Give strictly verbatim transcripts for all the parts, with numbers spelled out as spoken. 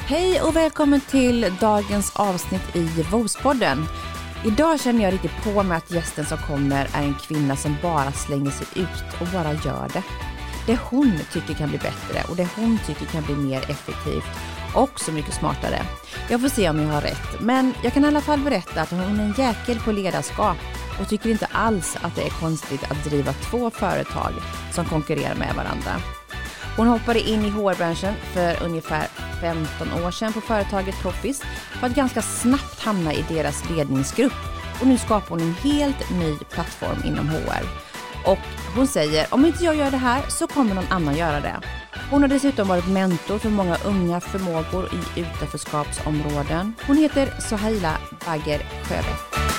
Hej och välkommen till dagens avsnitt i Vospodden. Idag känner jag riktigt på mig att gästen som kommer är en kvinna som bara slänger sig ut och bara gör det. Det hon tycker kan bli bättre och det hon tycker kan bli mer effektivt och så mycket smartare. Jag får se om jag har rätt, men jag kan i alla fall berätta att hon är en jäkel på ledarskap och tycker inte alls att det är konstigt att driva två företag som konkurrerar med varandra. Hon hoppade in i H R-branschen för ungefär femton år sedan på företaget Proffice för att ganska snabbt hamna i deras ledningsgrupp. Och nu skapar hon en helt ny plattform inom H R. Och hon säger, om inte jag gör det här så kommer någon annan göra det. Hon har dessutom varit mentor för många unga förmågor i utanförskapsområden. Hon heter Sohaila Bagher Sjöve.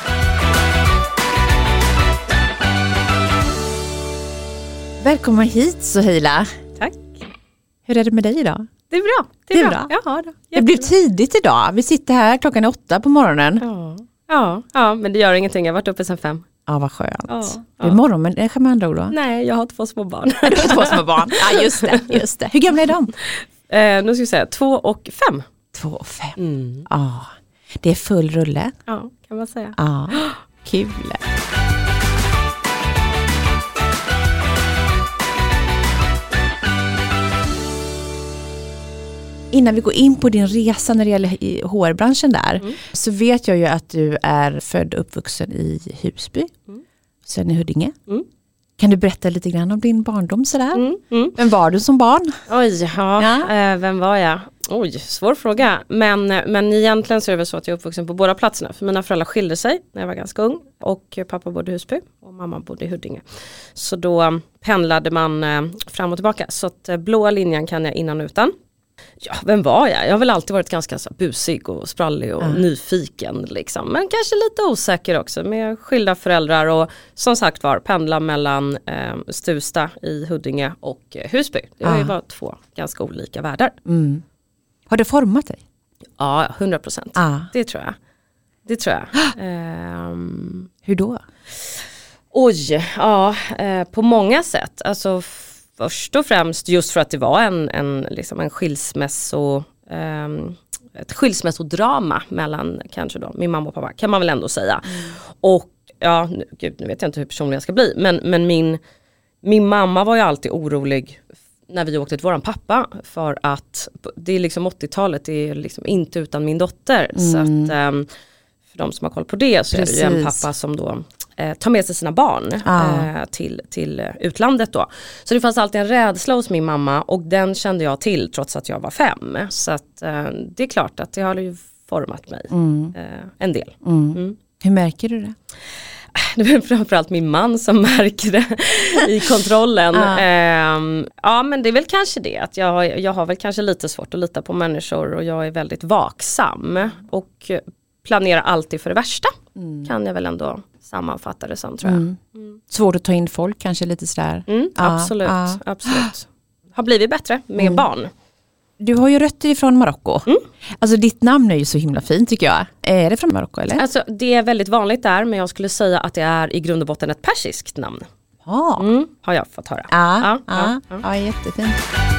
Välkommen hit Sohaila. Tack. Hur är det med dig idag? Det är bra. Det är, det är bra. bra. Jaha, då. Det blev tidigt idag. Vi sitter här klockan åtta på morgonen. Ja, ja, ja men det gör ingenting. Jag har varit uppe sedan fem. Ja, vad skönt. Ja, det är ja. morgon, men det är med andra ord då? Nej, jag har två små barn. Du har två små barn. Ja, just det, just det. Hur gamla är de? Eh, nu ska vi säga två och fem. Två och fem. Mm. Ja, det är full rulle. Ja, kan man säga. Ja, kul. Innan vi går in på din resa när det gäller H R-branschen där mm. så vet jag ju att du är född och uppvuxen i Husby, mm. sen i Huddinge. Mm. Kan du berätta lite grann om din barndom sådär? Mm. Mm. Vem var du som barn? Oj, ja, ja. Eh, vem var jag? Oj, svår fråga. Men, men egentligen så är det väl så att jag är uppvuxen på båda platserna. För mina föräldrar skilde sig när jag var ganska ung. Och pappa bodde i Husby och mamma bodde i Huddinge. Så då pendlade man eh, fram och tillbaka. Så att eh, blåa linjen kan jag innan och utan. Ja, vem var jag? Jag har väl alltid varit ganska så busig och sprallig och mm. nyfiken liksom. Men kanske lite osäker också med skilda föräldrar och som sagt var pendla mellan eh, Stuvsta i Huddinge och eh, Husby. Det har ah. ju varit två ganska olika världar. Mm. Har det format dig? Ja, hundra procent. Ah. Det tror jag. Det tror jag. um, Hur då? Oj, ja, eh, på många sätt. Alltså först och främst just för att det var en, en, liksom en skilsmässo, um, ett skilsmässodrama mellan kanske då min mamma och pappa kan man väl ändå säga. Mm. Och ja, nu, gud, nu vet jag inte hur personlig jag ska bli. Men, men min, min mamma var ju alltid orolig när vi åkte till våran pappa för att det är liksom åttiotalet, det är liksom inte utan min dotter. Mm. Så att um, för de som har koll på det så Precis. Är det ju en pappa som då ta med sig sina barn ah. eh, till, till utlandet då. Så det fanns alltid en rädsla hos min mamma och den kände jag till trots att jag var fem. Så att eh, det är klart att det har ju format mig mm. eh, en del. Mm. Mm. Hur märker du det? Det är framförallt min man som märker det i kontrollen. Ah. Eh, ja men det är väl kanske det att jag, jag har väl kanske lite svårt att lita på människor och jag är väldigt vaksam och planerar alltid för det värsta. Mm. Kan jag väl ändå sammanfatta det som tror jag. Mm. Mm. Svårt att ta in folk kanske lite sådär. Mm, ah, absolut, ah. absolut. Har blivit bättre med mm. barn. Du har ju rötter ifrån Marocko. Mm. Alltså ditt namn är ju så himla fint tycker jag. Är det från Marocko eller? Alltså det är väldigt vanligt där men jag skulle säga att det är i grund och botten ett persiskt namn. Ah. Mm, har jag fått höra. Ah, ja, ah, ja, ja. ja, jättefint.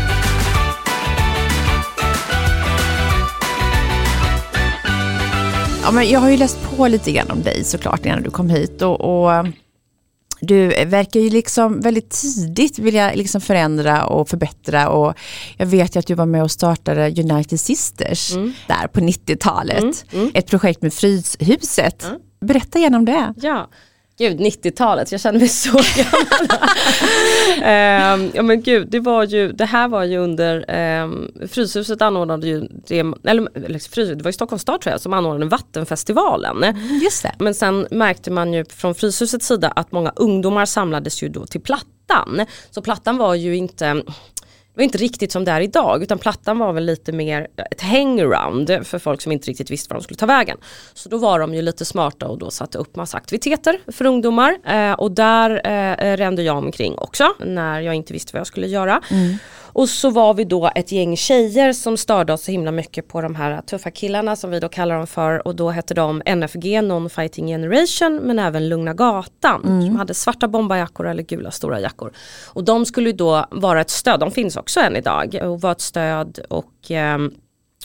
Ja, men jag har ju läst på lite grann om dig såklart innan du kom hit och, och du verkar ju liksom väldigt tidigt vilja liksom förändra och förbättra och jag vet ju att du var med och startade United Sisters mm. där på nittiotalet. Mm. Mm. Ett projekt med Fryshuset. Mm. Berätta gärna om det. Ja. Gud, nittiotalet, jag känner mig så gammal. um, ja men gud, det var ju, det här var ju under, um, Fryshuset anordnade ju, det, eller, eller det var ju Stockholms stad tror jag som anordnade Vattenfestivalen. Mm, just det. Men sen märkte man ju från Fryshusets sida att många ungdomar samlades ju då till Plattan. Så Plattan var ju inte... Det var inte riktigt som det är idag utan Plattan var väl lite mer ett hangaround för folk som inte riktigt visste var de skulle ta vägen. Så då var de ju lite smarta och då satte upp massa aktiviteter för ungdomar eh, och där eh, rände jag omkring också när jag inte visste vad jag skulle göra. Mm. Och så var vi då ett gäng tjejer som störde oss så himla mycket på de här tuffa killarna som vi då kallar dem för. Och då hette de N F G, Non-Fighting Generation, men även Lugna Gatan. Mm. Som hade svarta bombarjackor eller gula stora jackor. Och de skulle då vara ett stöd, de finns också än idag. Och var ett stöd och... Eh,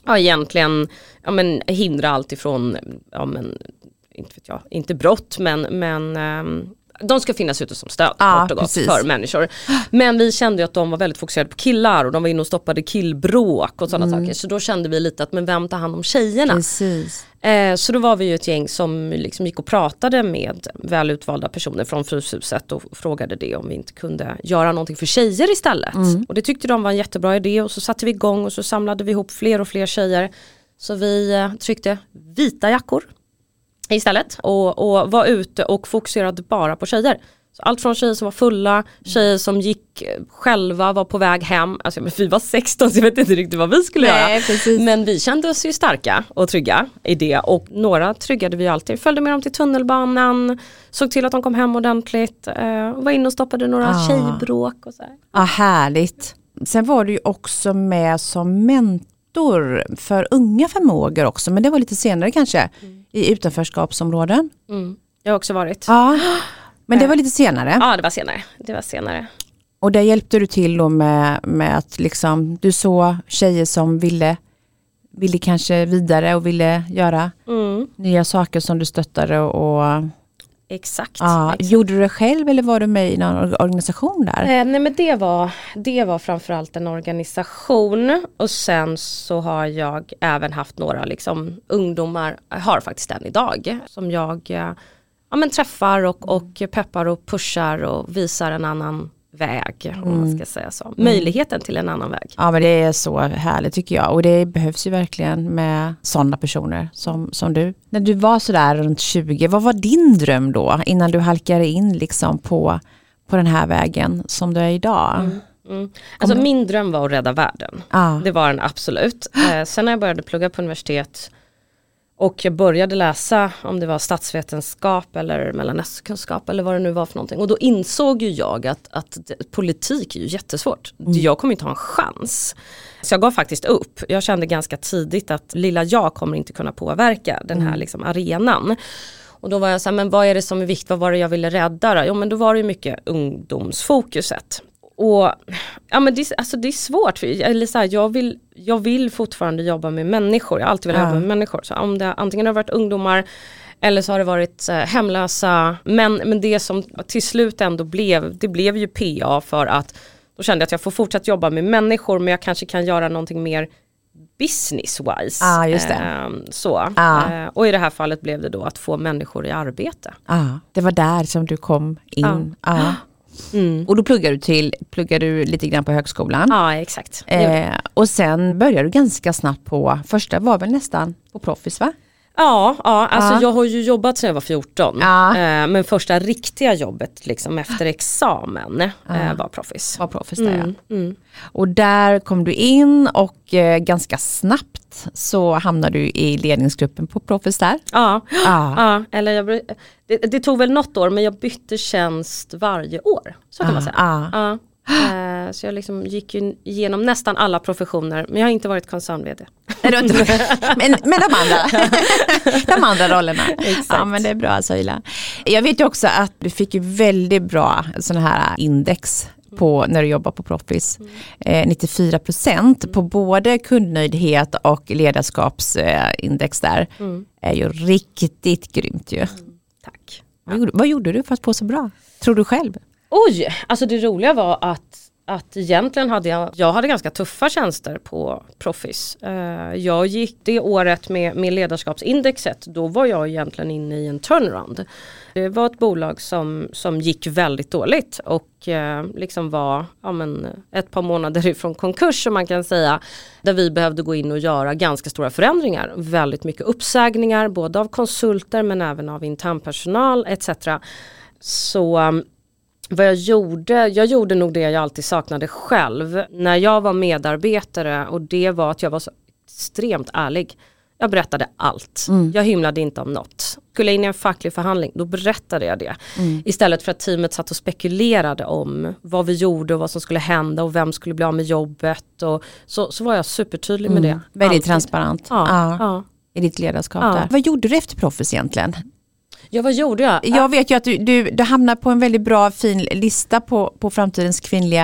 ja, egentligen ja, men, hindra allt ifrån, ja, men, inte vet jag, inte brott, men, men um, de ska finnas ute som stöd ja, kort och gott för människor. Men vi kände ju att de var väldigt fokuserade på killar och de var inne och stoppade killbråk och sådana mm. saker. Så då kände vi lite att men vem tar hand om tjejerna? Precis. Eh, så då var vi ju ett gäng som liksom gick och pratade med välutvalda personer från Fryshuset och frågade det om vi inte kunde göra någonting för tjejer istället. Mm. Och det tyckte de var en jättebra idé och så satte vi igång och så samlade vi ihop fler och fler tjejer. Så vi eh, tryckte vita jackor istället och, och var ute och fokuserade bara på tjejer. Så allt från tjejer som var fulla, tjejer som gick själva, var på väg hem. Alltså, men vi var sexton så jag vet inte riktigt vad vi skulle Nej, göra. Precis. Men vi kände oss ju starka och trygga i det. Och några tryggade vi alltid. Följde med dem till tunnelbanan, såg till att de kom hem ordentligt. Eh, var inne och stoppade några ah. tjejbråk och så här. Ja, ah, härligt. Sen var du ju också med som mentor för unga förmågor också. Men det var lite senare kanske mm. i utanförskapsområden. Mm. Jag har också varit. Ja. Men det var lite senare. Ja, det var senare. Det var senare. Och där hjälpte du till då med, med att liksom, du såg tjejer som ville, ville kanske vidare och ville göra mm. nya saker som du stöttade. Och, exakt, ja, exakt. Gjorde du det själv eller var du med i någon organisation där? Eh, nej men det var, det var framförallt en organisation. Och sen så har jag även haft några liksom, ungdomar, jag har faktiskt en idag, som jag... Eh, Ja, men träffar och, och peppar och pushar och visar en annan väg, om mm. man ska säga så. Möjligheten till en annan väg. Ja, men det är så härligt tycker jag. Och det behövs ju verkligen med sådana personer som, som du. När du var sådär runt tjugo, vad var din dröm då? Innan du halkade in liksom på, på den här vägen som du är idag? Mm. Mm. Alltså min dröm var att rädda världen. Ah. Det var den absolut. Eh, sen när jag började plugga på universitet och jag började läsa om det var statsvetenskap eller mellanösternkunskap eller vad det nu var för någonting. Och då insåg ju jag att, att det, politik är ju jättesvårt. Mm. Jag kommer inte ha en chans. Så jag gav faktiskt upp. Jag kände ganska tidigt att lilla jag kommer inte kunna påverka den här mm. liksom, arenan. Och då var jag så här, men vad är det som är viktigt? Vad var det jag ville rädda då? Jo, men då var det ju mycket ungdomsfokuset. Och ja, men det, alltså det är svårt för, eller så här, jag, vill, jag vill fortfarande jobba med människor. Jag har alltid velat ja. jobba med människor. Så om det antingen har varit ungdomar eller så har det varit eh, hemlösa. Men, men det som till slut ändå blev, det blev ju P A för att då kände jag att jag får fortsätta jobba med människor men jag kanske kan göra någonting mer business-wise. Ah, just det. Eh, så. Ah. Eh, och i det här fallet blev det då att få människor i arbete. Ah, det var där som du kom in. Ah. Ah. Mm. Och då pluggar du till, pluggar du lite grann på högskolan. Ja, exakt. Eh, och sen började du ganska snabbt på, första var väl nästan på Proffis, va? Ja, ja alltså ja. jag har ju jobbat sedan jag var fjorton. Ja. Eh, men första riktiga jobbet liksom efter examen ja. eh, var Proffis. Var Proffis där, mm. ja. Mm. Och där kom du in och eh, ganska snabbt så hamnade du i ledningsgruppen på Proffis där. Ja, ja. ja eller jag, det, det tog väl något år men jag bytte tjänst varje år. Så kan ja. man säga. Ja. Ja. Uh, så jag liksom gick ju igenom nästan alla professioner. Men jag har inte varit koncern-vd. men, men de andra De andra rollerna. Exakt. Ja, men det är bra, Söjla. Jag vet ju också att du fick ju väldigt bra sådana här index på, när du jobbar på Proffis. Mm. Eh, nittiofyra procent mm. på både kundnöjdhet och ledarskapsindex där. Mm. Är ju riktigt grymt ju. Mm. Tack. Vad, gjorde, vad gjorde du för att få så bra? Tror du själv? Oj, alltså det roliga var att, att egentligen hade jag, jag hade ganska tuffa tjänster på Proffis. Uh, jag gick det året med, med ledarskapsindexet, då var jag egentligen inne i en turnaround. Det var ett bolag som, som gick väldigt dåligt och uh, liksom var ja, men, ett par månader ifrån konkurs som man kan säga. Där vi behövde gå in och göra ganska stora förändringar. Väldigt mycket uppsägningar, både av konsulter men även av internpersonal et cetera. Så... Um, Vad jag gjorde, jag gjorde nog det jag alltid saknade själv när jag var medarbetare och det var att jag var så extremt ärlig. Jag berättade allt. Mm. Jag hymlade inte om något. Skulle in i en facklig förhandling, då berättade jag det. Mm. Istället för att teamet satt och spekulerade om vad vi gjorde och vad som skulle hända och vem skulle bli av med jobbet. Och så, så var jag supertydlig med mm. det. Väldigt alltid. Transparent ja, ja. Ja. i ditt ledarskap ja. där. Vad gjorde du efter Proffis egentligen? Ja, vad gjorde jag? Jag vet ju att du, du, du hamnar på en väldigt bra fin lista på, på framtidens kvinnliga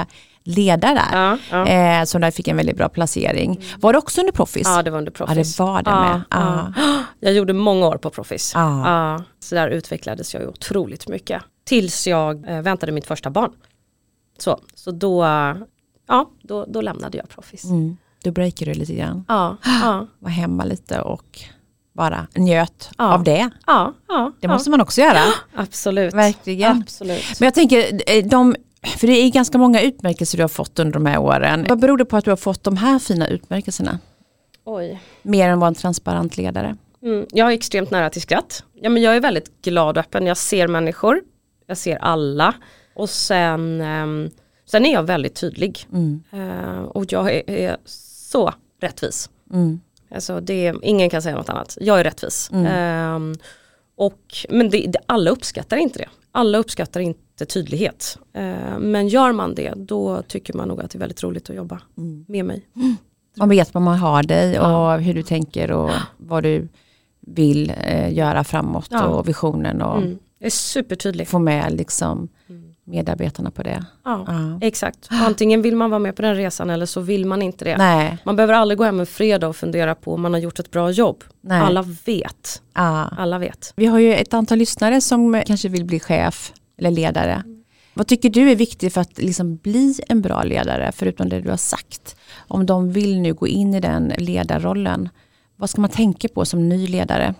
leda där. Ja, ja. Eh, så där fick en väldigt bra placering. Mm. Var det också under Proffis? Ja, det var under Proffis. Ja, det var det ja, med. Ja. Ja. Jag gjorde många år på Proffis. Ja. Ja, så där utvecklades jag ju otroligt mycket. Tills jag eh, väntade mitt första barn. Så, så då, ja, då, då lämnade jag Proffis. Mm. Då breakade du lite grann. Ja, ja. Var hemma lite och bara njöt ja. av det. Ja, ja, det ja. måste man också göra. Absolut. Verkligen. Absolut. Men jag tänker, de, för det är ganska många utmärkelser du har fått under de här åren. Vad beror det på att du har fått de här fina utmärkelserna? Oj. Mer än att vara en transparent ledare. Mm, jag är extremt nära till skratt. Ja, men jag är väldigt glad och öppen. Jag ser människor. Jag ser alla. Och sen, um, sen är jag väldigt tydlig. Mm. Uh, och jag är, är så rättvis. Mm. Alltså det, ingen kan säga något annat. Jag är rättvis. Mm. Um, och, men det, det, alla uppskattar inte det. Alla uppskattar inte tydlighet. Uh, men gör man det, då tycker man nog att det är väldigt roligt att jobba mm. med mig. Mm. Man vet vad man har dig och ja. hur du tänker och vad du vill eh, göra framåt ja. och visionen. Och mm. Jag är supertydlig. Få med liksom medarbetarna på det. Ja, ja, exakt. Antingen vill man vara med på den resan eller så vill man inte det. Nej. Man behöver aldrig gå hem en fredag och fundera på om man har gjort ett bra jobb. Nej. Alla vet. Ja. Alla vet. Vi har ju ett antal lyssnare som kanske vill bli chef eller ledare. Mm. Vad tycker du är viktigt för att liksom bli en bra ledare förutom det du har sagt? Om de vill nu gå in i den ledarrollen, vad ska man tänka på som ny ledare?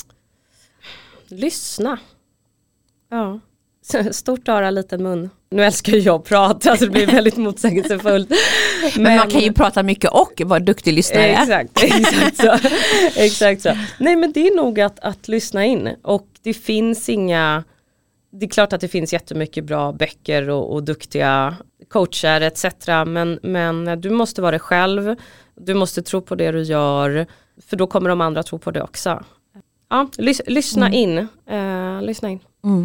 Lyssna. Ja. Stort öra, liten mun. Nu älskar jag att prata, alltså det blir väldigt motsägelsefullt. Men, men man kan ju prata mycket och vara duktig lyssnare. Exakt, exakt så. exakt så. Nej, men det är nog att, att lyssna in. Och det finns inga... Det är klart att det finns jättemycket bra böcker och, och duktiga coacher et cetera. Men, men du måste vara dig själv. Du måste tro på det du gör. För då kommer de andra tro på det också. Ja, lys, lyssna mm. in. Uh, lyssna in. Mm.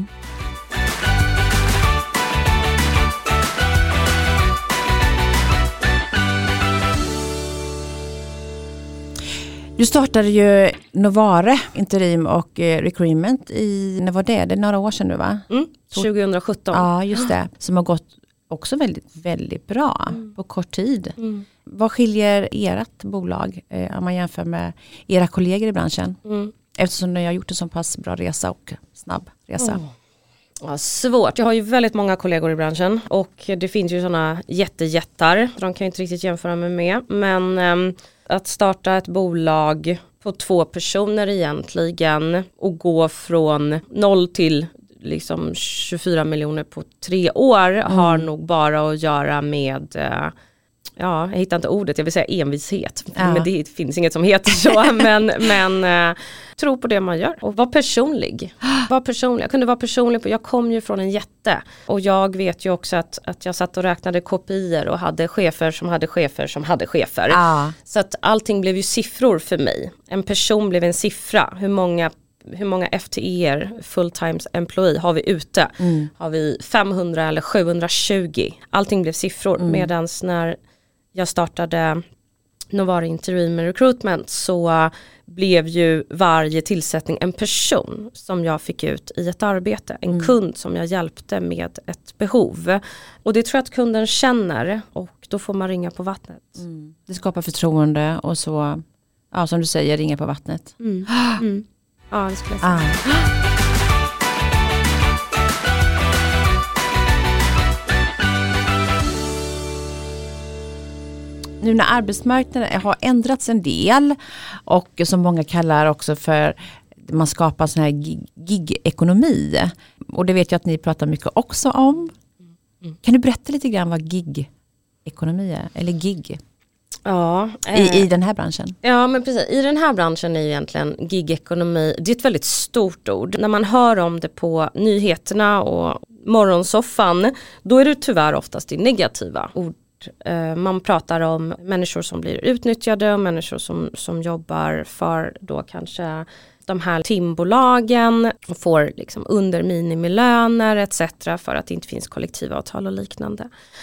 Du startade ju Novare Interim och eh, Recruitment i, när var det? Det är några år sedan nu va? Mm, tjugohundrasjutton. Ja, just det. Som har gått också väldigt, väldigt bra mm. på kort tid. Mm. Vad skiljer ert bolag eh, om man jämför med era kollegor i branschen? Mm. Eftersom ni har gjort en så pass bra resa och snabb resa. Oh. Ja, svårt. Jag har ju väldigt många kollegor i branschen och det finns ju sådana jättejättar. De kan jag inte riktigt jämföra mig med. Men um, att starta ett bolag på två personer egentligen och gå från noll till liksom tjugofyra miljoner på tre år mm. har nog bara att göra med... Uh, Ja, jag hittar inte ordet. Jag vill säga envishet. Ja. Men det finns inget som heter så. men men eh, tro på det man gör. Och var personlig. Var personlig. Jag kunde vara personlig. På, jag kom ju från en jätte. Och jag vet ju också att, att jag satt och räknade kopior och hade chefer som hade chefer som hade chefer. Ja. Så att allting blev ju siffror för mig. En person blev en siffra. Hur många hur många F T E-er, full-time employee, har vi ute? Mm. Har vi femhundra eller sjuhundratjugo? Allting blev siffror. Mm. Medans när jag startade Novare Interim Recruitment så blev ju varje tillsättning en person som jag fick ut i ett arbete. En mm. kund som jag hjälpte med ett behov. Och det tror jag att kunden känner och då får man ringa på vattnet. Mm. Det skapar förtroende och så, ja, som du säger, ringa på vattnet. Mm. Mm. Ja, det skulle jag säga. Ah. Nu när arbetsmarknaden har ändrats en del och som många kallar också för man skapar sån här gig-ekonomi. Och det vet jag att ni pratar mycket också om. Mm. Kan du berätta lite grann vad gig-ekonomi är? Eller gig? Ja, eh, I, I den här branschen. Ja, men precis. I den här branschen är ju egentligen gig-ekonomi, det är ett väldigt stort ord. När man hör om det på nyheterna och morgonsoffan, då är det tyvärr oftast det negativa ord. Man pratar om människor som blir utnyttjade och människor som, som jobbar för då kanske de här timbolagen och får liksom under minimilöner et cetera för att det inte finns kollektivavtal och liknande.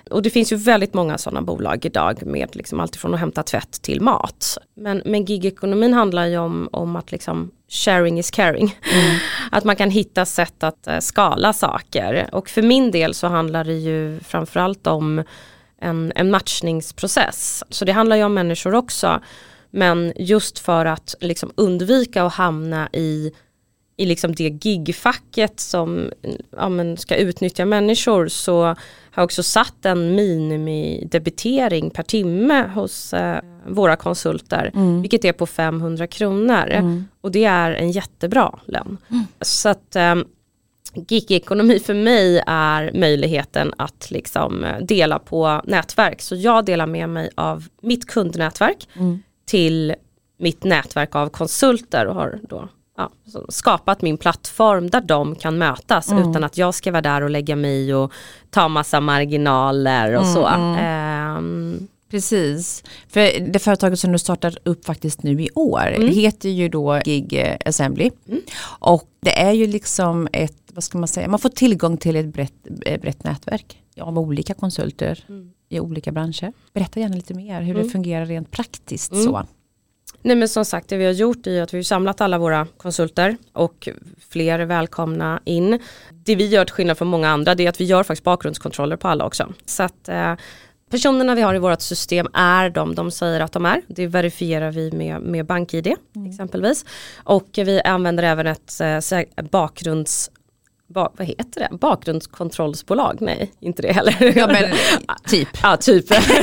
Och det finns ju väldigt många sådana bolag idag med liksom allt ifrån att hämta tvätt till mat. Men, men gigekonomin handlar ju om, om att liksom sharing is caring. Mm. Att man kan hitta sätt att uh, skala saker. Och för min del så handlar det ju framförallt om en, en matchningsprocess. Så det handlar ju om människor också. Men just för att liksom undvika att hamna i i liksom det gigfacket som ja, men ska utnyttja människor, så har jag också satt en minimidebitering per timme hos eh, våra konsulter, mm. vilket är på femhundra kronor. Mm. Och det är en jättebra lön. Mm. Så att eh, gig-ekonomi för mig är möjligheten att liksom dela på nätverk. Så jag delar med mig av mitt kundnätverk mm. till mitt nätverk av konsulter och har då Ja, skapat min plattform där de kan mötas mm. utan att jag ska vara där och lägga mig och ta massa marginaler och mm, så. Mm. Um, Precis. För det företaget som du startar upp faktiskt nu i år mm. heter ju då Gig Assembly. Mm. Och det är ju liksom ett, vad ska man säga, man får tillgång till ett brett, brett nätverk av olika konsulter mm. i olika branscher. Berätta gärna lite mer hur mm. det fungerar rent praktiskt mm. så. Nej, men som sagt, det vi har gjort är att vi har samlat alla våra konsulter och fler är välkomna in. Det vi gör till skillnad från många andra, det är att vi gör faktiskt bakgrundskontroller på alla också. Så att eh, personerna vi har i vårt system är de de säger att de är. Det verifierar vi med, med BankID mm. exempelvis. Och vi använder även ett eh, bakgrunds... Ba, vad heter det? Bakgrundskontrollsbolag? Nej, inte det heller. Ja, men typ. Ja, typ.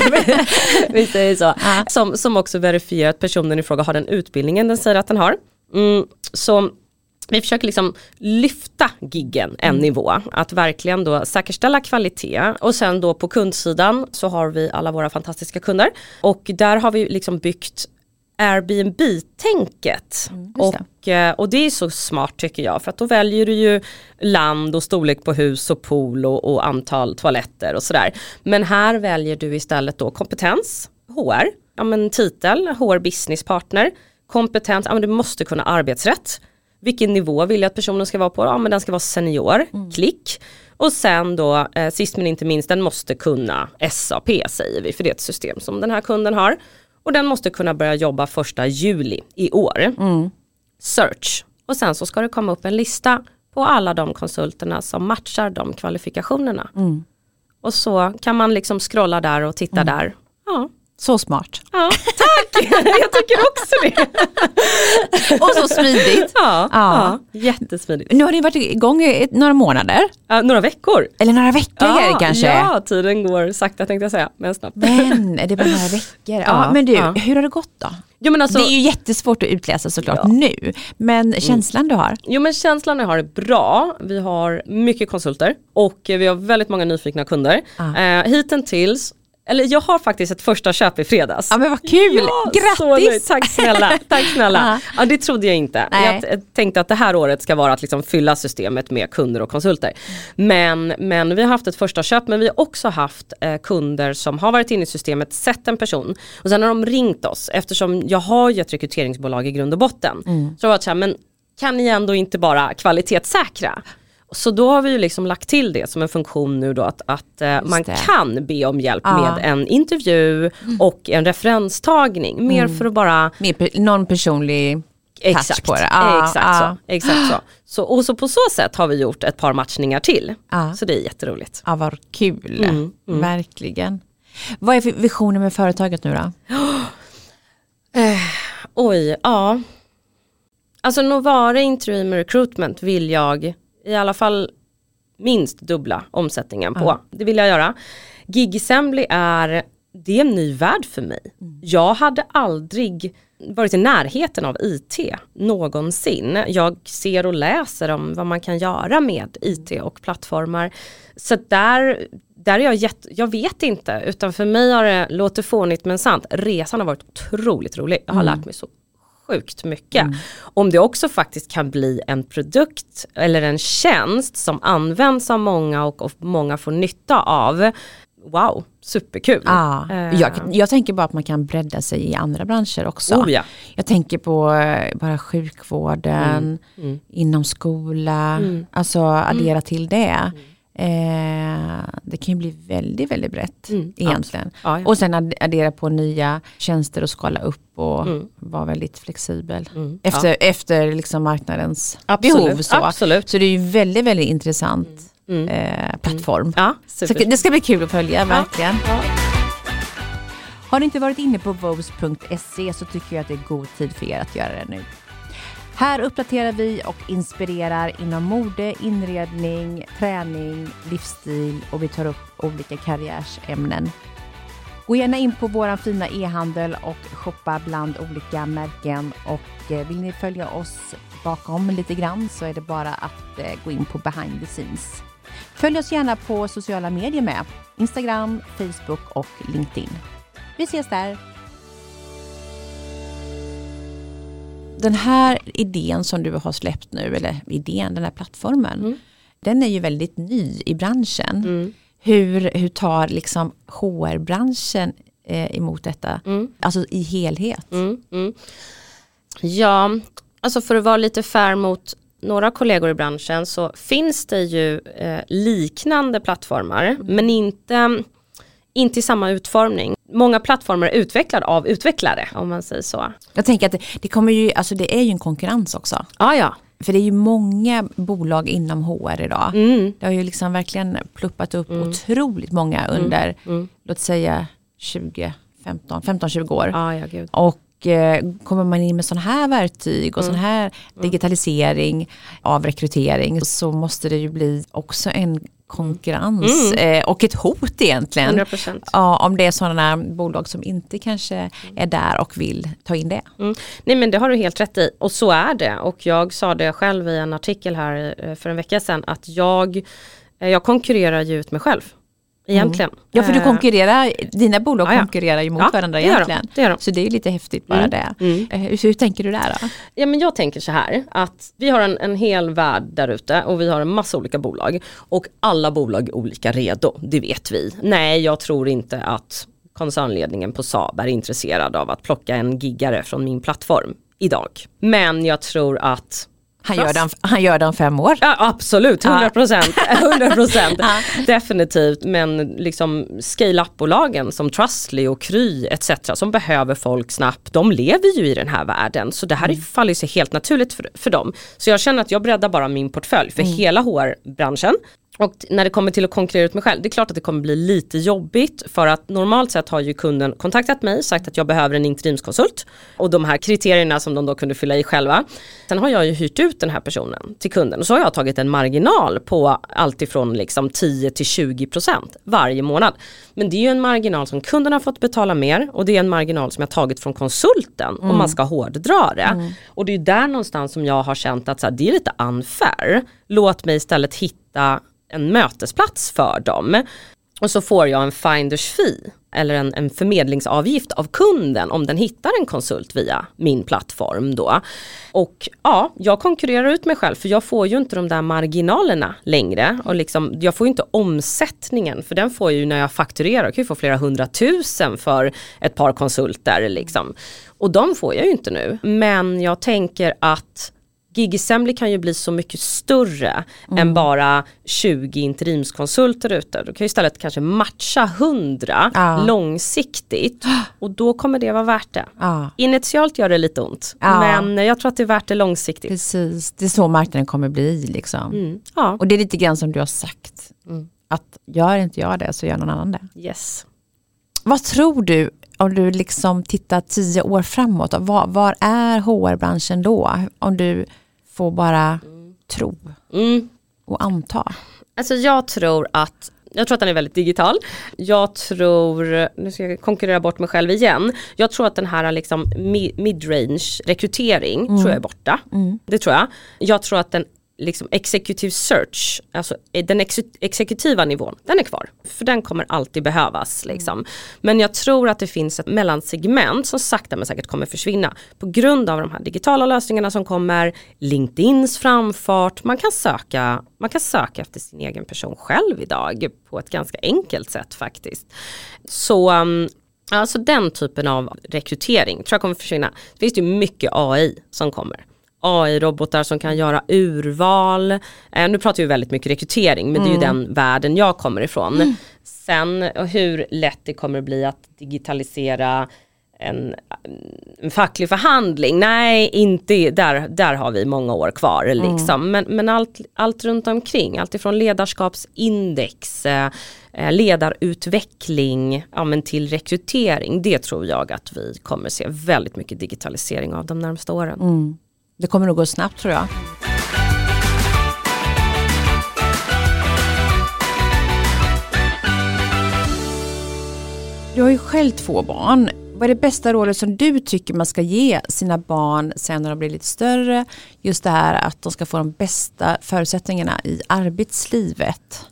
Vi säger så. Ja. Som, som också verifierar att personen i fråga har den utbildningen den säger att den har. Mm, så vi försöker liksom lyfta giggen en mm. nivå. Att verkligen då säkerställa kvalitet. Och sen då på kundsidan så har vi alla våra fantastiska kunder. Och där har vi liksom byggt Airbnb-tänket mm, och, och det är så smart tycker jag, för att då väljer du ju land och storlek på hus och pool och, och antal toaletter och sådär. Men här väljer du istället då kompetens, H R, ja men titel, H R business partner, kompetens, ja men du måste kunna arbetsrätt. Vilken nivå vill jag att personen ska vara på? Ja men den ska vara senior, mm. klick. Och sen då, eh, sist men inte minst, den måste kunna S A P säger vi, för det är ett system som den här kunden har. Och den måste kunna börja jobba första juli i år. Mm. Search. Och sen så ska det komma upp en lista på alla de konsulterna som matchar de kvalifikationerna. Mm. Och så kan man liksom scrolla där och titta mm. där. Ja. Så smart. Ja, tack! Jag tycker också det. Och så smidigt. Ja, ja. ja, jättesmidigt. Nu har ni varit igång i några månader. Ja, några veckor. Eller några veckor ja, kanske. Ja, tiden går sakta tänkte jag säga, men snabbt. Men är det bara några veckor? Ja, ja men du, ja. hur har det gått då? Jo, men alltså, det är ju jättesvårt att utläsa såklart ja. nu. Men känslan mm. du har? Jo, men känslan jag har är bra. Vi har mycket konsulter och vi har väldigt många nyfikna kunder. Ah. Eh, hittills Eller jag har faktiskt ett första köp i fredags. Ja men vad kul, ja, grattis! Tack snälla, tack snälla. Ja, det trodde jag inte. Nej. Jag tänkte att det här året ska vara att liksom fylla systemet med kunder och konsulter. Men, men vi har haft ett första köp, men vi har också haft eh, kunder som har varit inne i systemet, sett en person. Och sen har de ringt oss, eftersom jag har ju ett rekryteringsbolag i grund och botten. Mm. Så jag var så här, men kan ni ändå inte bara kvalitetssäkra? Så då har vi ju liksom lagt till det som en funktion nu då att, att eh, man det. kan be om hjälp ja. med en intervju mm. och en referenstagning. Mer mm. för att bara... Mer någon personlig touch exakt, på det. Ah, exakt, ah. Så, exakt så. så. Och så på så sätt har vi gjort ett par matchningar till. Ah. Så det är jätteroligt. Ja, vad kul. Mm. Mm. Verkligen. Vad är visionen med företaget nu då? eh, oj, ja. Alltså Novare Interim Recruitment vill jag... i alla fall minst dubbla omsättningen på. Mm. Det vill jag göra. Gig Assembly är, det är en ny värld för mig. Mm. Jag hade aldrig varit i närheten av I T någonsin. Jag ser och läser om vad man kan göra med I T och plattformar. Så där, där är jag jätte, jag vet inte. Utan för mig har det låtit fånigt men sant. Resan har varit otroligt rolig. Jag har mm. lärt mig så sjukt mycket. Mm. Om det också faktiskt kan bli en produkt eller en tjänst som används av många och, och många får nytta av. Wow, superkul. Ah, uh. jag, jag tänker bara att man kan bredda sig i andra branscher också. Oh, ja. Jag tänker på bara sjukvården, mm. Mm. inom skola, mm. alltså addera mm. till det. Eh, det kan ju bli väldigt, väldigt brett mm, egentligen. Ja, ja. Och sen addera på nya tjänster och skala upp och mm. vara väldigt flexibel. Mm, efter ja. efter liksom marknadens absolut, behov. Så. Absolut. så det är ju väldigt, väldigt intressant mm. eh, plattform. Mm. Ja, så det ska bli kul att följa, ja. verkligen. Ja. Har du inte varit inne på vows punkt se så tycker jag att det är god tid för er att göra det nu. Här uppdaterar vi och inspirerar inom mode, inredning, träning, livsstil och vi tar upp olika karriärsämnen. Gå gärna in på vår fina e-handel och shoppa bland olika märken och vill ni följa oss bakom lite grann så är det bara att gå in på behind the scenes. Följ oss gärna på sociala medier med Instagram, Facebook och LinkedIn. Vi ses där! Den här idén som du har släppt nu, eller idén, den här plattformen, mm. den är ju väldigt ny i branschen. Mm. Hur, hur tar liksom H R-branschen eh, emot detta? Mm. Alltså i helhet? Mm. Mm. Ja, alltså för att vara lite fair mot några kollegor i branschen så finns det ju eh, liknande plattformar, mm. men inte... Inte i samma utformning. Många plattformar är utvecklade av utvecklare, om man säger så. Jag tänker att det, det kommer ju, alltså det är ju en konkurrens också. Ah, ja. För det är ju många bolag inom H R idag. Mm. Det har ju liksom verkligen pluppat upp mm. otroligt många under, mm. Mm. låt säga tjugo, femton, femton tjugo år. Ah, ja, gud. Och eh, kommer man in med sån här verktyg och mm. sån här digitalisering av rekrytering så måste det ju bli också en konkurrens mm. eh, och ett hot egentligen. hundra procent. Ja, om det är sådana bolag som inte kanske är där och vill ta in det. Mm. Nej, men det har du helt rätt i. Och så är det. Och jag sa det själv i en artikel här för en vecka sedan att jag, jag konkurrerar ju ut mig själv. Egentligen. Mm. Ja, för du konkurrerar, dina bolag ah, ja. konkurrerar ju mot ja, varandra det egentligen. De. Det gör de. Så det är ju lite häftigt bara mm. det. Mm. Hur, hur tänker du där då? Ja, men jag tänker så här att vi har en, en hel värld där ute och vi har en massa olika bolag och alla bolag är olika redo, det vet vi. Nej, jag tror inte att koncernledningen på Saab är intresserad av att plocka en giggare från min plattform idag. Men jag tror att Han gör, den, han gör den fem år. Ja, absolut, hundra procent. hundra procent. Definitivt. Men liksom scale-up-bolagen som Trustly och Kry et cetera som behöver folk snabbt, de lever ju i den här världen. Så det här mm. faller sig helt naturligt för, för dem. Så jag känner att jag breddar bara min portfölj för mm. hela H R-branschen. Och när det kommer till att konkurrera ut mig själv, det är klart att det kommer bli lite jobbigt för att normalt sett har ju kunden kontaktat mig, sagt att jag behöver en interimskonsult och de här kriterierna som de då kunde fylla i själva. Sen har jag ju hyrt ut den här personen till kunden och så har jag tagit en marginal på allt ifrån liksom tio till tjugo procent varje månad. Men det är ju en marginal som kunden har fått betala mer och det är en marginal som jag tagit från konsulten mm. om man ska hårddra det. Mm. Och det är där någonstans som jag har känt att så här, det är lite unfair. Låt mig istället hitta en mötesplats för dem och så får jag en finders fee eller en, en förmedlingsavgift av kunden om den hittar en konsult via min plattform då. Och ja, jag konkurrerar ut mig själv för jag får ju inte de där marginalerna längre och liksom, jag får ju inte omsättningen för den får jag ju när jag fakturerar. Jag kan ju få flera hundratusen för ett par konsulter liksom. Och de får jag ju inte nu. Men jag tänker att Gig Assembly kan ju bli så mycket större mm. än bara tjugo interimskonsulter ute. Du kan ju istället kanske matcha hundra ah. långsiktigt och då kommer det vara värt det. Ah. Initialt gör det lite ont, ah. men jag tror att det är värt det långsiktigt. Precis, det är så marknaden kommer bli liksom. Mm. Ah. Och det är lite grann som du har sagt, mm. att gör inte jag det så gör någon annan det. Yes. Vad tror du om du liksom tittar tio år framåt? Var, var är H R-branschen då? Om du får bara mm. tro mm. och anta. Alltså jag tror att jag tror att den är väldigt digital. Jag tror, nu ska jag konkurrera bort mig själv igen. Jag tror att den här liksom mid-range rekrytering mm. tror jag är borta. Mm. Det tror jag. Jag tror att den liksom executive search, alltså den ex- exekutiva nivån, den är kvar. För den kommer alltid behövas liksom. Men jag tror att det finns ett mellansegment som sakta men säkert kommer försvinna på grund av de här digitala lösningarna som kommer, LinkedIns framfart, man kan söka man kan söka efter sin egen person själv idag på ett ganska enkelt sätt faktiskt. Så um, alltså den typen av rekrytering tror jag kommer försvinna. Det finns ju mycket A I som kommer. A I-robotar som kan göra urval. Eh, nu pratar vi väldigt mycket rekrytering, men mm. det är ju den världen jag kommer ifrån. Mm. Sen hur lätt det kommer att bli att digitalisera en, en facklig förhandling. Nej, inte där, där har vi många år kvar. Liksom. Mm. Men, men allt, allt runt omkring, allt ifrån ledarskapsindex, eh, ledarutveckling ja, men till rekrytering. Det tror jag att vi kommer se väldigt mycket digitalisering av de närmaste åren. Mm. Det kommer nog gå snabbt tror jag. Du har ju själv två barn. Vad är det bästa rådet som du tycker man ska ge sina barn sen när de blir lite större? Just det här att de ska få de bästa förutsättningarna i arbetslivet.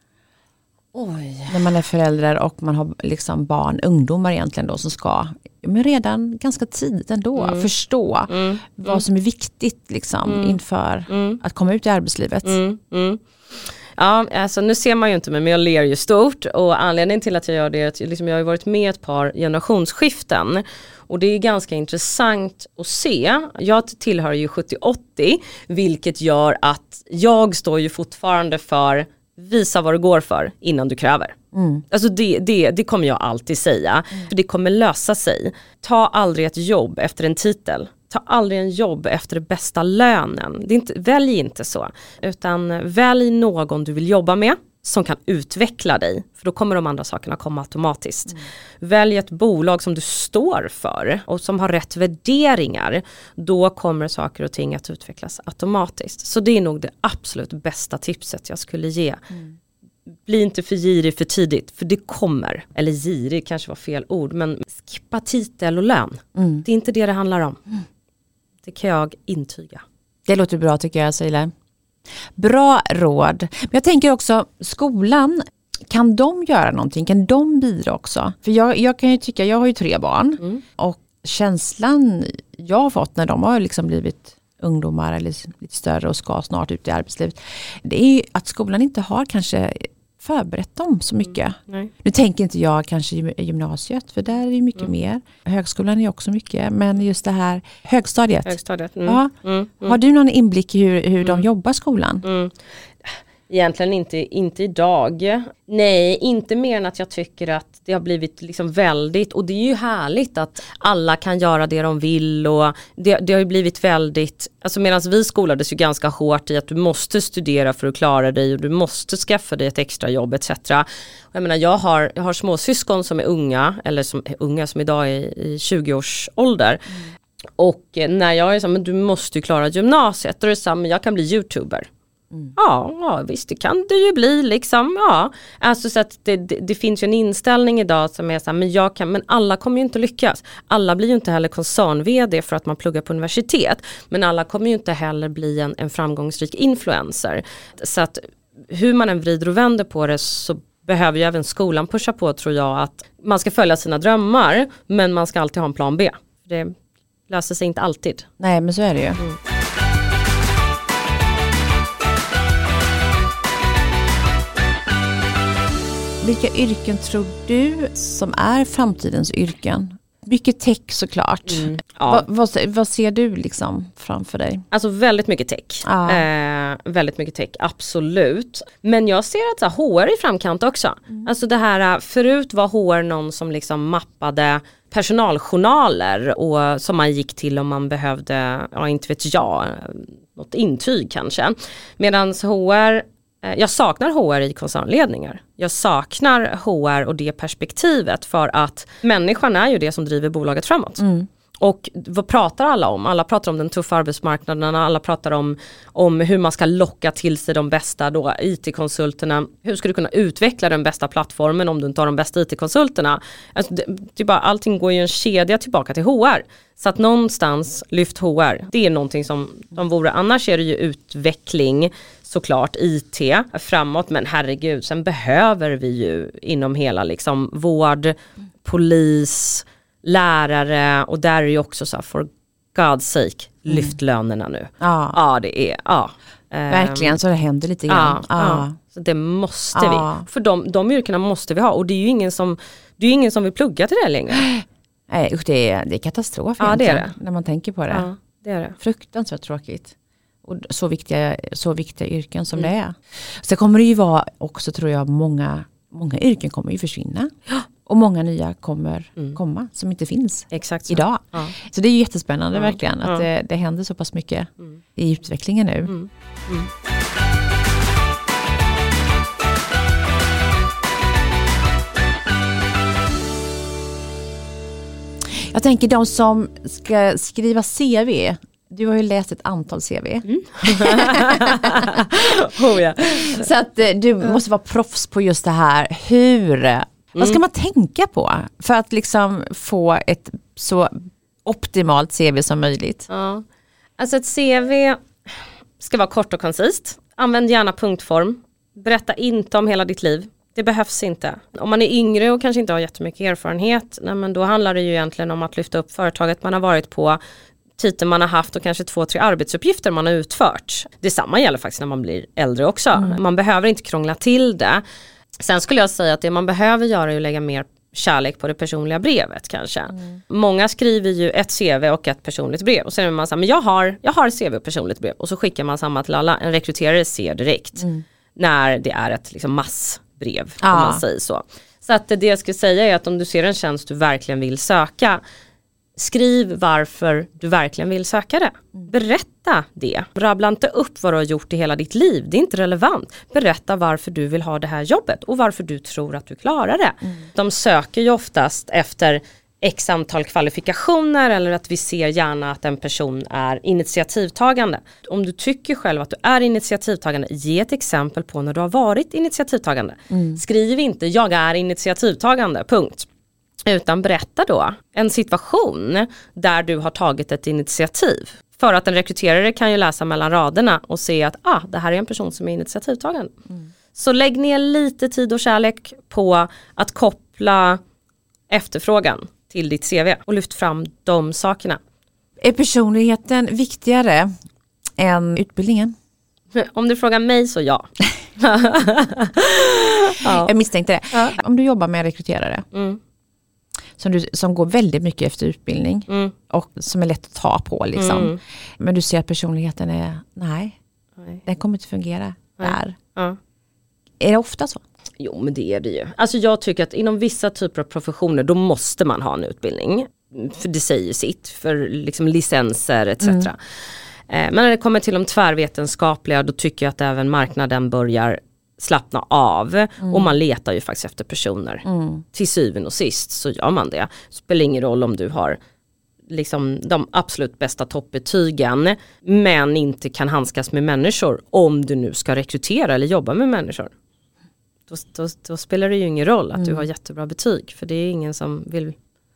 Oj. När man är förälder och man har liksom barn, ungdomar egentligen då som ska men redan ganska tidigt ändå mm. förstå mm. vad som är viktigt liksom mm. inför mm. att komma ut i arbetslivet. Mm. Mm. Ja, alltså nu ser man ju inte mig, men jag ler ju stort och anledningen till att jag gör det är att liksom, jag har ju varit med ett par generationsskiften och det är ganska intressant att se. Jag tillhör ju sjuttio åttio vilket gör att jag står ju fortfarande för visa vad det går för innan du kräver. Mm. Alltså det, det, det kommer jag alltid säga. Mm. För det kommer lösa sig. Ta aldrig ett jobb efter en titel. Ta aldrig en jobb efter det bästa lönen. Det är inte, välj inte så. Utan välj någon du vill jobba med som kan utveckla dig. För då kommer de andra sakerna komma automatiskt. Mm. Välj ett bolag som du står för och som har rätt värderingar. Då kommer saker och ting att utvecklas automatiskt. Så det är nog det absolut bästa tipset jag skulle ge. Mm. Bli inte för girig för tidigt, för det kommer. Eller girig kanske var fel ord, men skippa titel och lön. Mm. Det är inte det det handlar om. Mm. Det kan jag intyga. Det låter bra tycker jag, Sile. Bra råd. Men jag tänker också, skolan, kan de göra någonting? Kan de bidra också? För jag, jag kan ju tycka, jag har ju tre barn. Mm. Och känslan jag har fått när de har liksom blivit ungdomar eller lite större och ska snart ut i arbetslivet, det är ju att skolan inte har kanske förberett dem så mycket. Mm, nu tänker inte jag kanske gymnasiet, för där är det mycket mm. mer. Högskolan är också mycket, men just det här högstadiet. högstadiet mm, ja. mm, mm. Har du någon inblick i hur, hur mm. de jobbar skolan? Mm. Egentligen inte, inte idag. Nej, inte mer än att jag tycker att det har blivit liksom väldigt, och det är ju härligt att alla kan göra det de vill och det, det har ju blivit väldigt, alltså medan vi skolades ju ganska hårt i att du måste studera för att klara dig och du måste skaffa dig ett extra jobb et cetera. Jag menar, jag har, jag har småsyskon som är unga, eller som är unga som idag är i tjugo-års ålder. Mm. Och när jag är så, men du måste ju klara gymnasiet, då är det så, men jag kan bli YouTuber. Mm. Ja, ja, visst det kan det ju bli liksom, ja. Alltså så att det, det, det finns ju en inställning idag som är så här, men jag kan, men alla kommer ju inte lyckas. Alla blir ju inte heller koncern-vd för att man pluggar på universitet, men alla kommer ju inte heller bli en, en framgångsrik influencer. Så att hur man än vrider och vänder på det så behöver ju även skolan pusha på, tror jag, att man ska följa sina drömmar, men man ska alltid ha en plan B. Det löser sig inte alltid. Nej, men så är det ju. Mm. Vilka yrken tror du som är framtidens yrken? Mycket tech såklart. Mm, ja. Va, vad, vad ser du liksom framför dig? Alltså väldigt mycket tech. Ja. Eh, väldigt mycket tech, absolut. Men jag ser att så här, H R är i framkant också. Mm. Alltså det här, förut var H R någon som liksom mappade personaljournaler och som man gick till om man behövde, ja inte vet jag, något intyg kanske. Medan H R, jag saknar H R i koncernledningar. Jag saknar H R och det perspektivet, för att människan är ju det som driver bolaget framåt. Mm. Och vad pratar alla om? Alla pratar om den tuffa arbetsmarknaden, alla pratar om, om hur man ska locka till sig de bästa då, I T-konsulterna. Hur ska du kunna utveckla den bästa plattformen om du inte har de bästa I T-konsulterna? Alltså det, det är bara, allting går ju en kedja tillbaka till H R. Så att någonstans lyft H R, det är någonting som de vore. Annars är det ju utveckling, såklart I T framåt, men herregud, sen behöver vi ju inom hela liksom vård, polis, lärare, och där är ju också så här, for God's sake, lyft mm. lönerna nu. Ja, ja det är, ja. Verkligen, så det händer lite grann. Ja, ja. Ja. Så det måste ja. vi. För de, de yrkena måste vi ha, och det är ju ingen som, det är ingen som vill plugga till det längre. Nej, det är, det är katastrof ja, egentligen, det är det. När man tänker på det. Ja. det är det. Fruktansvärt tråkigt. Och så viktiga, så viktiga yrken som mm. det är. Så kommer det ju vara också, tror jag, många, många yrken kommer ju försvinna. Och många nya kommer mm. komma som inte finns Exakt så. Idag. Ja. Så det är ju jättespännande ja. verkligen att ja. det, det händer så pass mycket mm. i utvecklingen nu. Mm. Mm. Jag tänker de som ska skriva C V. Du har ju läst ett antal C V. Mm. oh, ja. Så att du måste vara proffs på just det här. Hur... Mm. Vad ska man tänka på för att liksom få ett så optimalt C V som möjligt? Ja. Alltså ett C V ska vara kort och koncist. Använd gärna punktform. Berätta inte om hela ditt liv. Det behövs inte. Om man är yngre och kanske inte har jättemycket erfarenhet, nej men då handlar det ju egentligen om att lyfta upp företaget man har varit på, titeln man har haft och kanske två, tre arbetsuppgifter man har utfört. Detsamma gäller faktiskt när man blir äldre också. Mm. Man behöver inte krångla till det. Sen skulle jag säga att det man behöver göra är att lägga mer kärlek på det personliga brevet kanske. Mm. Många skriver ju ett C V och ett personligt brev. Och så är man så här, men jag har, jag har C V och personligt brev. Och så skickar man samma till alla. En rekryterare ser direkt mm. när det är ett liksom massbrev, ja. Om man säger så. Så att det jag skulle säga är att om du ser en tjänst du verkligen vill söka, skriv varför du verkligen vill söka det. Berätta det. Rabbla inte upp vad du har gjort i hela ditt liv. Det är inte relevant. Berätta varför du vill ha det här jobbet och varför du tror att du klarar det. Mm. De söker ju oftast efter x antal kvalifikationer eller att vi ser gärna att en person är initiativtagande. Om du tycker själv att du är initiativtagande, ge ett exempel på när du har varit initiativtagande. Mm. Skriv inte jag är initiativtagande, punkt. Utan berätta då en situation där du har tagit ett initiativ. För att en rekryterare kan ju läsa mellan raderna och se att ah, det här är en person som är initiativtagande. Mm. Så lägg ner lite tid och kärlek på att koppla efterfrågan till ditt C V och lyft fram de sakerna. Är personligheten viktigare än utbildningen? Om du frågar mig så ja. ja. Jag misstänkte det. Ja. Om du jobbar med rekryterare mm. som, du, som går väldigt mycket efter utbildning mm. och som är lätt att ta på liksom. Mm. Men du ser att personligheten är nej, nej. Den kommer inte fungera nej. Där. Ja. Är det ofta så? Jo, men det är det ju. Alltså jag tycker att inom vissa typer av professioner då måste man ha en utbildning. För det säger sitt. För liksom licenser et cetera. Mm. Men när det kommer till de tvärvetenskapliga då tycker jag att även marknaden börjar slappna av. Mm. Och man letar ju faktiskt efter personer. Mm. Till syvende och sist så gör man det. Det spelar ingen roll om du har liksom de absolut bästa toppbetygen men inte kan handskas med människor om du nu ska rekrytera eller jobba med människor. Då, då, då spelar det ju ingen roll att mm. du har jättebra betyg. För det är ingen som vill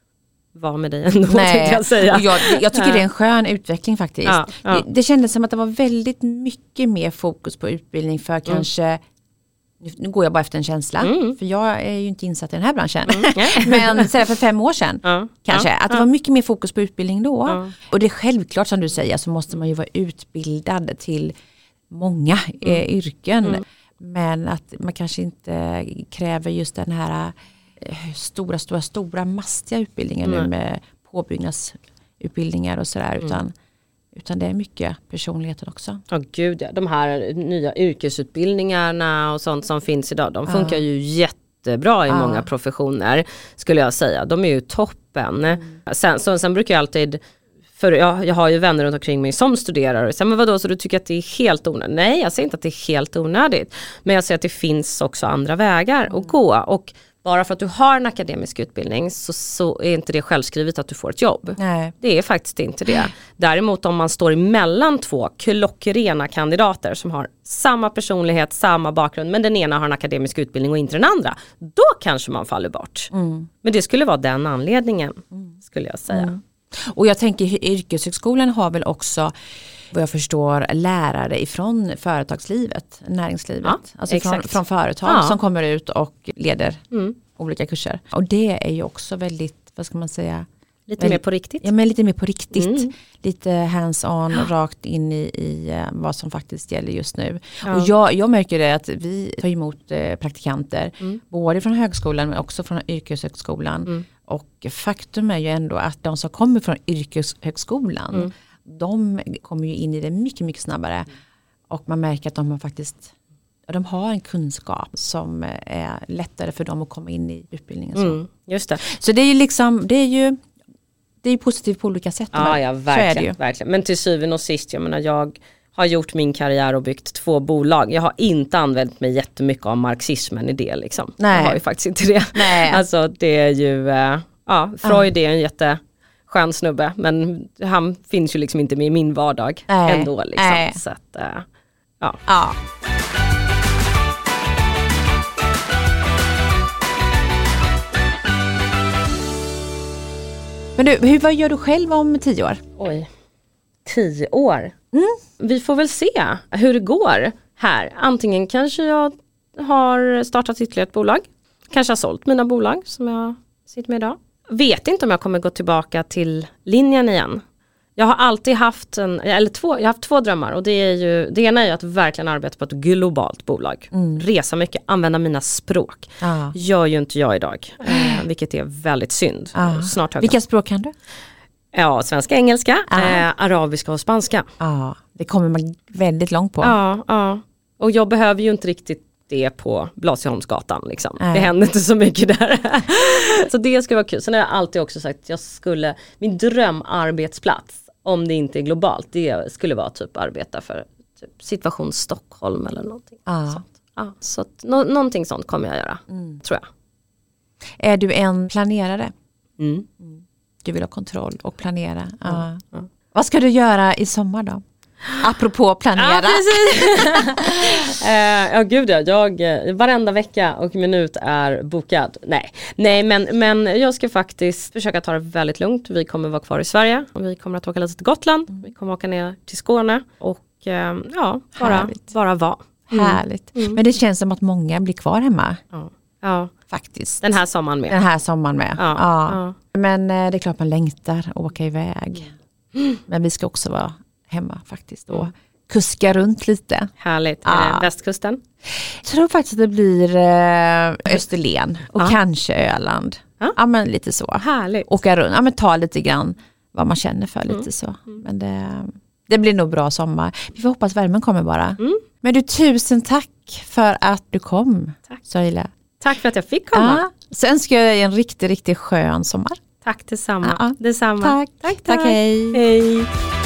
vara med dig ändå. Nej, jag, säga. Jag, jag tycker det är en skön utveckling faktiskt. Ja, ja. Det, det kändes som att det var väldigt mycket mer fokus på utbildning för mm. kanske, nu, nu går jag bara efter en känsla. Mm. För jag är ju inte insatt i den här branschen. Mm. Men så för fem år sedan ja, kanske. Ja, att det var mycket mer fokus på utbildning då. Ja. Och det är självklart som du säger så måste man ju vara utbildad till många mm. eh, yrken. Mm. Men att man kanske inte kräver just den här stora, stora, stora mastiga utbildningen mm. nu med påbyggnadsutbildningar och sådär. Mm. Utan, utan det är mycket personligheten också. Ja, gud ja. De här nya yrkesutbildningarna och sånt som finns idag, de funkar ja. ju jättebra i ja. många professioner skulle jag säga. De är ju toppen. Mm. Sen, så, sen brukar jag alltid... För jag, jag har ju vänner runt omkring mig som studerar och säger, men vadå, så du tycker att det är helt onödigt? Nej, jag säger inte att det är helt onödigt. Men jag säger att det finns också andra vägar mm. att gå. Och bara för att du har en akademisk utbildning så, så är inte det självskrivet att du får ett jobb. Nej. Det är faktiskt inte det. Däremot om man står emellan två klockrena kandidater som har samma personlighet, samma bakgrund, men den ena har en akademisk utbildning och inte den andra, då kanske man faller bort. Mm. Men det skulle vara den anledningen, mm. skulle jag säga. Mm. Och jag tänker yrkeshögskolan har väl också vad jag förstår lärare ifrån företagslivet, näringslivet. Ja, alltså från, från företag ja. som kommer ut och leder mm. olika kurser. Och det är ju också väldigt, vad ska man säga? Lite väldigt, mer på riktigt. Ja, men lite mer på riktigt. Mm. Lite hands-on, ja. rakt in i, i vad som faktiskt gäller just nu. Ja. Och jag, jag märker det att vi tar emot eh, praktikanter, mm. både från högskolan men också från yrkeshögskolan. Mm. Och faktum är ju ändå att de som kommer från yrkeshögskolan, mm. de kommer ju in i det mycket, mycket snabbare. Och man märker att de har faktiskt de har en kunskap som är lättare för dem att komma in i utbildningen. Så, mm, just det. så det är ju liksom, det är ju det är ju positivt på olika sätt. Ja, ja verkligen, verkligen. Men till syvende och sist, jag menar, jag har gjort min karriär och byggt två bolag. Jag har inte använt mig jättemycket av marxismen i det liksom. Nej. Jag har ju faktiskt inte det. Nej. Alltså det är ju, ja, Freud är en jätteskön snubbe, men han finns ju liksom inte med i min vardag. Nej. Ändå liksom. Nej. Så att, ja. Ja. Men du, hur, vad gör du själv om tio år? Oj, tio år? Mm. Vi får väl se hur det går här. Antingen kanske jag har startat ytterligare ett bolag. Kanske har sålt mina bolag som jag sitter med idag. Vet inte om jag kommer gå tillbaka till linjen igen. Jag har alltid haft en, eller två, jag har haft två drömmar. Och det är ju, det ena är ju att verkligen arbeta på ett globalt bolag. Mm. Resa mycket, använda mina språk. Ah. Gör ju inte jag idag. Eh, vilket är väldigt synd. Ah. Snart har Vilka jag... språk kan du? Ja, svenska, engelska, eh, arabiska och spanska. Ja, det kommer man väldigt långt på. Ja, ja. Och jag behöver ju inte riktigt det på Blasieholmsgatan liksom. Det händer inte så mycket där. Så det skulle vara kul. Sen har jag alltid också sagt att jag skulle, min drömarbetsplats, om det inte är globalt, det skulle vara typ arbeta för typ situation Stockholm eller någonting. Ja. Sånt. Ja, så att, no, någonting sånt kommer jag göra, mm. tror jag. Är du en planerare? Mm. Mm. Du vill ha kontroll och planera. Ja. Ja. Ja. Vad ska du göra i sommar då? Apropå planera. Ja, precis. uh, ja, gud ja. Jag, varenda vecka och minut är bokad. Nej, Nej men, men jag ska faktiskt försöka ta det väldigt lugnt. Vi kommer vara kvar i Sverige. Och vi kommer att åka lite till Gotland. Mm. Vi kommer åka ner till Skåne. Och uh, ja, bara, bara vara. Mm. Härligt. Mm. Men det känns som att många blir kvar hemma. Ja. Ja. Faktiskt. Den här sommaren med. Den här sommaren med. Ja. Ja. Ja. Men det är klart man längtar att åka iväg. Mm. Men vi ska också vara hemma faktiskt och kuska runt lite. Härligt. Ja. Är det västkusten? Jag tror faktiskt att det blir eh, Österlen och ja. kanske Öland. Ja. Ja, men lite så. Härligt. Åka runt, ja men ta lite grann vad man känner för lite Mm. så. Men det, det blir nog bra sommar. Vi får hoppas värmen kommer bara. Mm. Men du, tusen tack för att du kom. Tack. Saila. Tack för att jag fick komma. Ja. Så önskar jag dig en riktigt, riktigt skön sommar. Tack detsamma. Ja. Detsamma. Tack. Tack, tack. Tack, hej. Hej.